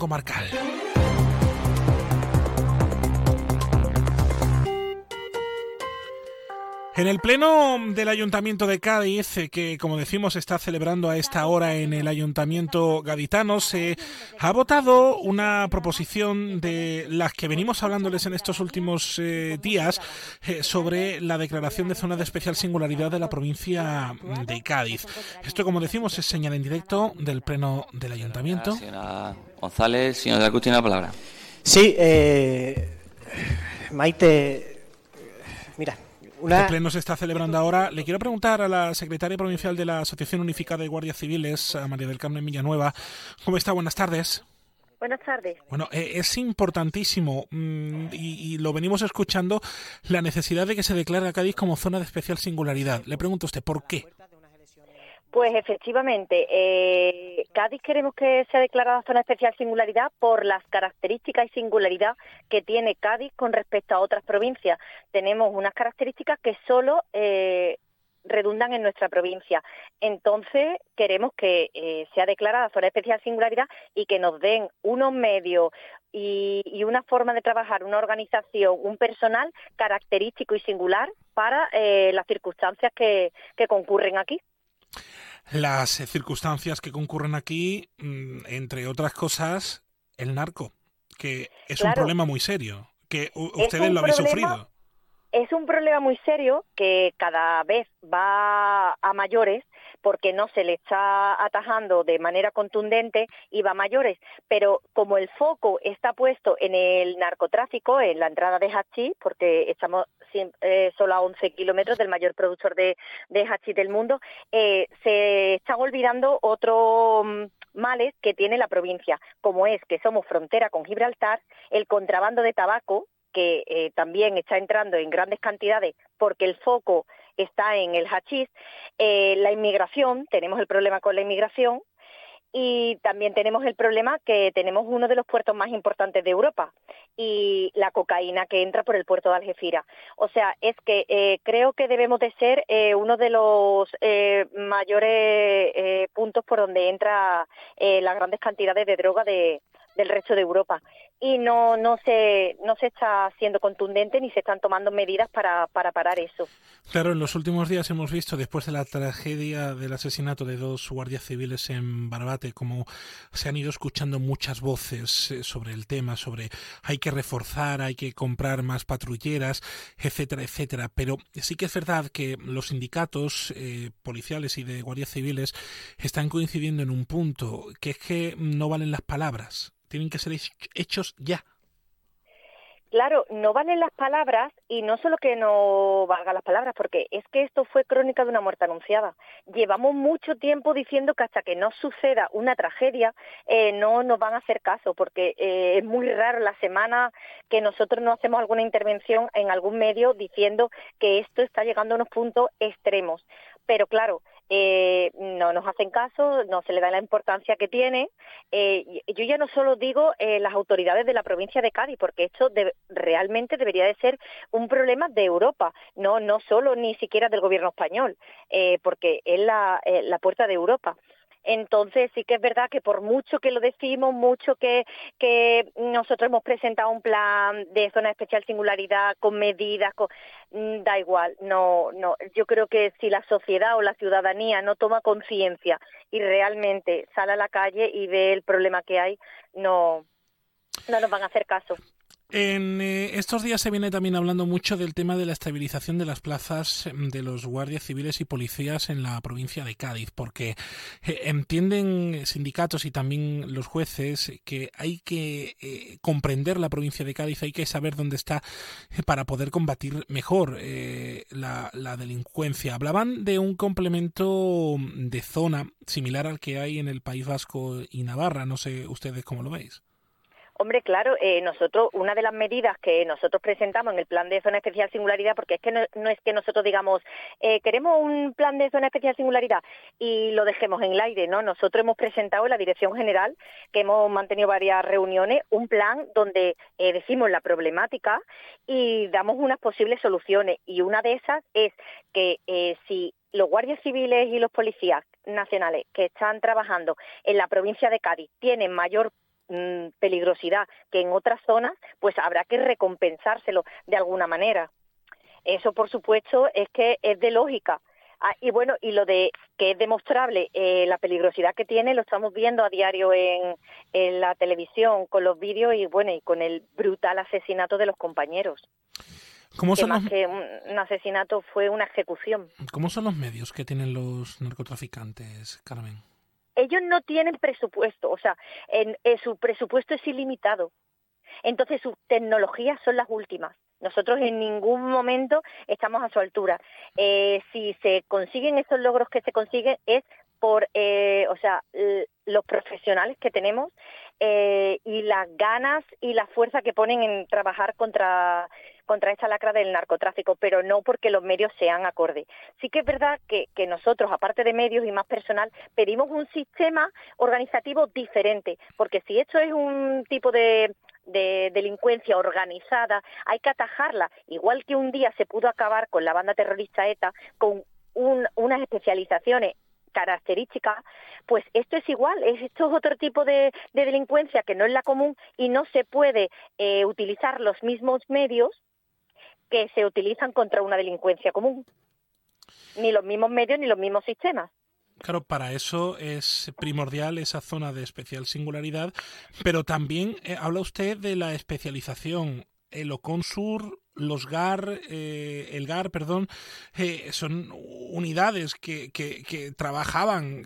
comarcal. En el pleno del Ayuntamiento de Cádiz, que como decimos está celebrando a esta hora en el Ayuntamiento gaditano, se ha votado una proposición de las que venimos hablándoles en estos últimos días sobre la declaración de zona de especial singularidad de la provincia de Cádiz. Esto, como decimos, es señal en directo del pleno del Ayuntamiento. Señora González, señor de la Cruz, tiene la palabra. Sí, Maite, mira. El pleno se está celebrando ahora. Le quiero preguntar a la secretaria provincial de la Asociación Unificada de Guardias Civiles, a María del Carmen Villanueva. ¿Cómo está? Buenas tardes. Buenas tardes. Bueno, es importantísimo y lo venimos escuchando, la necesidad de que se declare a Cádiz como zona de especial singularidad. Le pregunto a usted, ¿por qué? Pues efectivamente, Cádiz queremos que sea declarada zona de especial singularidad por las características y singularidad que tiene Cádiz con respecto a otras provincias. Tenemos unas características que solo redundan en nuestra provincia. Entonces, queremos que sea declarada zona de especial singularidad y que nos den unos medios y una forma de trabajar, una organización, un personal característico y singular para las circunstancias que concurren aquí. Las circunstancias que concurren aquí, entre otras cosas, el narco, que es un problema muy serio, que ustedes lo habéis sufrido. Es un problema muy serio que cada vez va a mayores porque no se le está atajando de manera contundente y va a mayores. Pero como el foco está puesto en el narcotráfico, en la entrada de hachís, porque estamos solo a 11 kilómetros del mayor productor de hachís del mundo, se están olvidando otros males que tiene la provincia, como es que somos frontera con Gibraltar, el contrabando de tabaco, que también está entrando en grandes cantidades porque el foco está en el hachís, la inmigración, tenemos el problema con la inmigración y también tenemos el problema que tenemos uno de los puertos más importantes de Europa y la cocaína que entra por el puerto de Algeciras. O sea, es que creo que debemos de ser uno de los mayores puntos por donde entra las grandes cantidades de droga del resto de Europa. Y no se está siendo contundente ni se están tomando medidas para parar eso. Claro, en los últimos días hemos visto, después de la tragedia del asesinato de 2 guardias civiles en Barbate, como se han ido escuchando muchas voces sobre el tema, sobre hay que reforzar, hay que comprar más patrulleras, etcétera, etcétera. Pero sí que es verdad que los sindicatos policiales y de guardias civiles están coincidiendo en un punto, que es que no valen las palabras. Tienen que ser hechos ya. Claro, no valen las palabras y no solo que no valgan las palabras, porque es que esto fue crónica de una muerte anunciada. Llevamos mucho tiempo diciendo que hasta que no suceda una tragedia no nos van a hacer caso, porque es muy raro la semana que nosotros no hacemos alguna intervención en algún medio diciendo que esto está llegando a unos puntos extremos. Pero claro, no nos hacen caso, no se le da la importancia que tiene. Yo ya no solo digo las autoridades de la provincia de Cádiz, porque esto realmente debería de ser un problema de Europa, no solo ni siquiera del gobierno español, porque es la puerta de Europa. Entonces sí que es verdad que por mucho que lo decimos, mucho que nosotros hemos presentado un plan de zona de especial singularidad con medidas, da igual, no, yo creo que si la sociedad o la ciudadanía no toma conciencia y realmente sale a la calle y ve el problema que hay, no nos van a hacer caso. En estos días se viene también hablando mucho del tema de la estabilización de las plazas de los guardias civiles y policías en la provincia de Cádiz, porque entienden sindicatos y también los jueces que hay que comprender la provincia de Cádiz, hay que saber dónde está para poder combatir mejor la delincuencia. Hablaban de un complemento de zona similar al que hay en el País Vasco y Navarra, no sé ustedes cómo lo veis. Hombre, claro, nosotros, una de las medidas que nosotros presentamos en el plan de zona especial singularidad, porque es que no es que nosotros digamos, queremos un plan de zona especial singularidad y lo dejemos en el aire, ¿no? Nosotros hemos presentado en la Dirección General, que hemos mantenido varias reuniones, un plan donde decimos la problemática y damos unas posibles soluciones. Y una de esas es que si los guardias civiles y los policías nacionales que están trabajando en la provincia de Cádiz tienen mayor peligrosidad que en otras zonas, pues habrá que recompensárselo de alguna manera. Eso, por supuesto, es que es de lógica. Y bueno, y lo de que es demostrable la peligrosidad que tiene, lo estamos viendo a diario en la televisión, con los vídeos y bueno, y con el brutal asesinato de los compañeros. Que más que un asesinato fue una ejecución. ¿Cómo son los medios que tienen los narcotraficantes, Carmen? Ellos no tienen presupuesto, o sea, su presupuesto es ilimitado. Entonces sus tecnologías son las últimas. Nosotros en ningún momento estamos a su altura. Si se consiguen esos logros que se consiguen es por, los profesionales que tenemos y las ganas y la fuerza que ponen en trabajar contra esta lacra del narcotráfico, pero no porque los medios sean acordes. Sí que es verdad que nosotros, aparte de medios y más personal, pedimos un sistema organizativo diferente, porque si esto es un tipo de delincuencia organizada, hay que atajarla, igual que un día se pudo acabar con la banda terrorista ETA con unas especializaciones características, pues esto es igual, esto es otro tipo de delincuencia que no es la común y no se puede utilizar los mismos medios que se utilizan contra una delincuencia común, ni los mismos medios ni los mismos sistemas. Claro, para eso es primordial esa zona de especial singularidad, pero también habla usted de la especialización. El OCONSUR, los GAR, el GAR, perdón, son unidades que trabajaban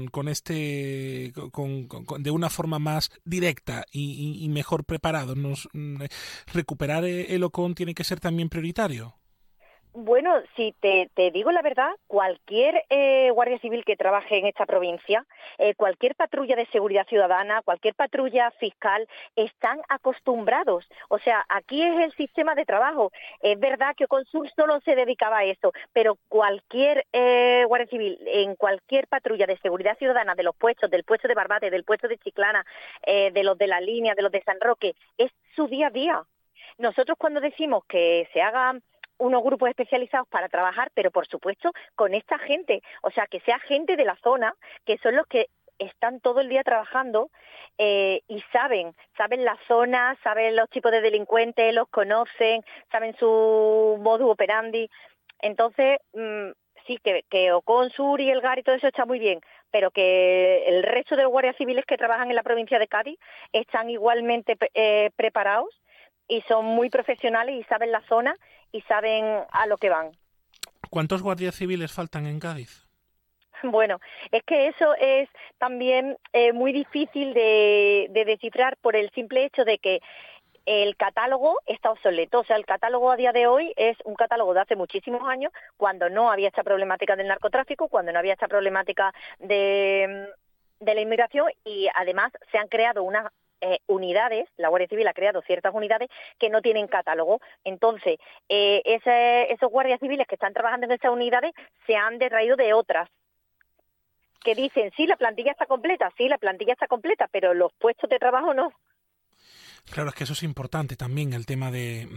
de una forma más directa y mejor preparados. Recuperar el OCON tiene que ser también prioritario. Bueno, si te digo la verdad, cualquier guardia civil que trabaje en esta provincia, cualquier patrulla de seguridad ciudadana, cualquier patrulla fiscal, están acostumbrados. O sea, aquí es el sistema de trabajo. Es verdad que Oconsur solo se dedicaba a eso, pero cualquier guardia civil en cualquier patrulla de seguridad ciudadana de los puestos, del puesto de Barbate, del puesto de Chiclana, de los de la línea, de los de San Roque, es su día a día. Nosotros cuando decimos que se hagan unos grupos especializados para trabajar, pero por supuesto con esta gente, o sea, que sea gente de la zona, que son los que están todo el día trabajando y saben la zona, saben los tipos de delincuentes, los conocen, saben su modus operandi. Entonces, sí, que Oconsur y el GAR y todo eso está muy bien, pero que el resto de los guardias civiles que trabajan en la provincia de Cádiz están igualmente preparados y son muy profesionales y saben la zona y saben a lo que van. ¿Cuántos guardias civiles faltan en Cádiz? Bueno, es que eso es también muy difícil de descifrar por el simple hecho de que el catálogo está obsoleto. O sea, el catálogo a día de hoy es un catálogo de hace muchísimos años, cuando no había esta problemática del narcotráfico, cuando no había esta problemática de la inmigración y además se han creado unas unidades, la Guardia Civil ha creado ciertas unidades que no tienen catálogo. Entonces, esos guardias civiles que están trabajando en esas unidades se han detraído de otras que dicen, sí, la plantilla está completa, pero los puestos de trabajo no. Claro, es que eso es importante también, el tema de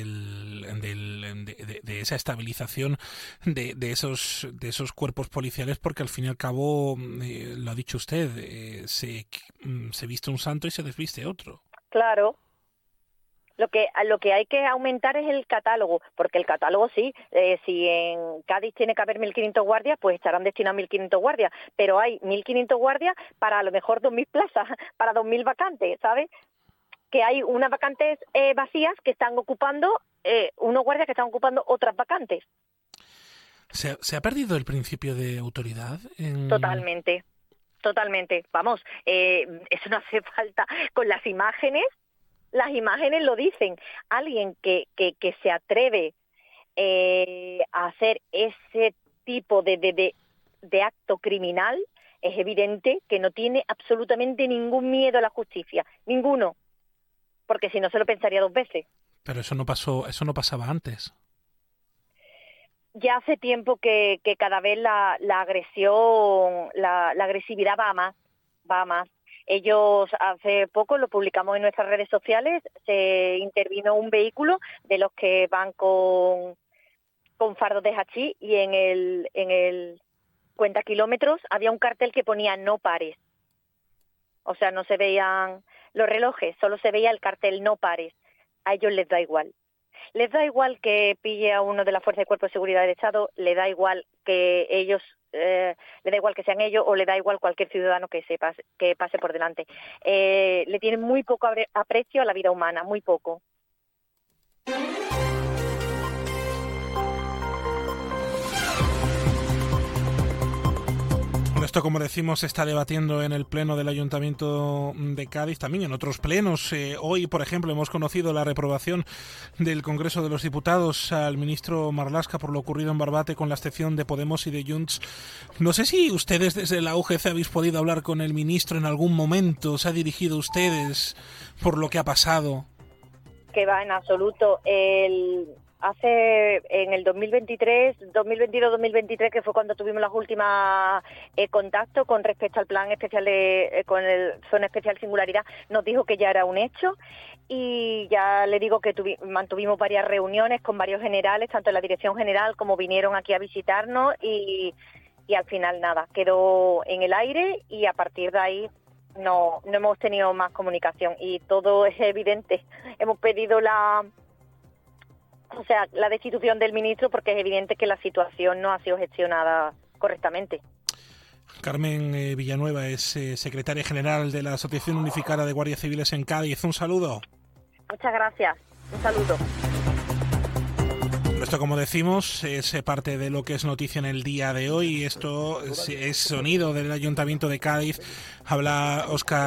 esa estabilización de esos cuerpos policiales, porque al fin y al cabo, lo ha dicho usted, se viste un santo y se desviste otro. Claro. Lo que hay que aumentar es el catálogo, porque el catálogo sí, si en Cádiz tiene que haber 1.500 guardias, pues estarán destinados 1.500 guardias, pero hay 1.500 guardias para a lo mejor 2.000 plazas, para 2.000 vacantes, ¿sabes? Que hay unas vacantes vacías que están ocupando, unos guardias que están ocupando otras vacantes. ¿Se ha perdido el principio de autoridad? Totalmente. Vamos, eso no hace falta. Con las imágenes lo dicen. Alguien que se atreve a hacer ese tipo de acto criminal, es evidente que no tiene absolutamente ningún miedo a la justicia, ninguno. Porque si no se lo pensaría dos veces. Pero eso no pasaba antes. Ya hace tiempo que cada vez la agresión, la agresividad va a más. Ellos hace poco, lo publicamos en nuestras redes sociales, se intervino un vehículo de los que van con fardos de hachís y en el cuenta kilómetros había un cartel que ponía no pares. O sea, no se veían los relojes, solo se veía el cartel no pares. A ellos les da igual. Les da igual que pille a uno de la Fuerza de Cuerpo de Seguridad del Estado, le da igual que ellos, le da igual que sean ellos o le da igual cualquier ciudadano que pase por delante. Le tienen muy poco aprecio a la vida humana, muy poco. Esto, como decimos, se está debatiendo en el Pleno del Ayuntamiento de Cádiz, también en otros plenos. Hoy, por ejemplo, hemos conocido la reprobación del Congreso de los Diputados al ministro Marlaska por lo ocurrido en Barbate con la abstención de Podemos y de Junts. No sé si ustedes desde la UGC habéis podido hablar con el ministro en algún momento, se ha dirigido a ustedes por lo que ha pasado. Que va, en absoluto. En el 2022-2023, que fue cuando tuvimos las últimas contactos con respecto al plan especial con el Zona Especial Singularidad, nos dijo que ya era un hecho y ya le digo que mantuvimos varias reuniones con varios generales, tanto en la Dirección General como vinieron aquí a visitarnos y al final nada, quedó en el aire y a partir de ahí no hemos tenido más comunicación y todo es evidente. Hemos pedido la destitución del ministro porque es evidente que la situación no ha sido gestionada correctamente. Carmen Villanueva es secretaria general de la Asociación Unificada de Guardias Civiles en Cádiz. Un saludo. Muchas gracias. Un saludo. Esto, como decimos, es parte de lo que es noticia en el día de hoy. Esto es sonido del Ayuntamiento de Cádiz. Habla Óscar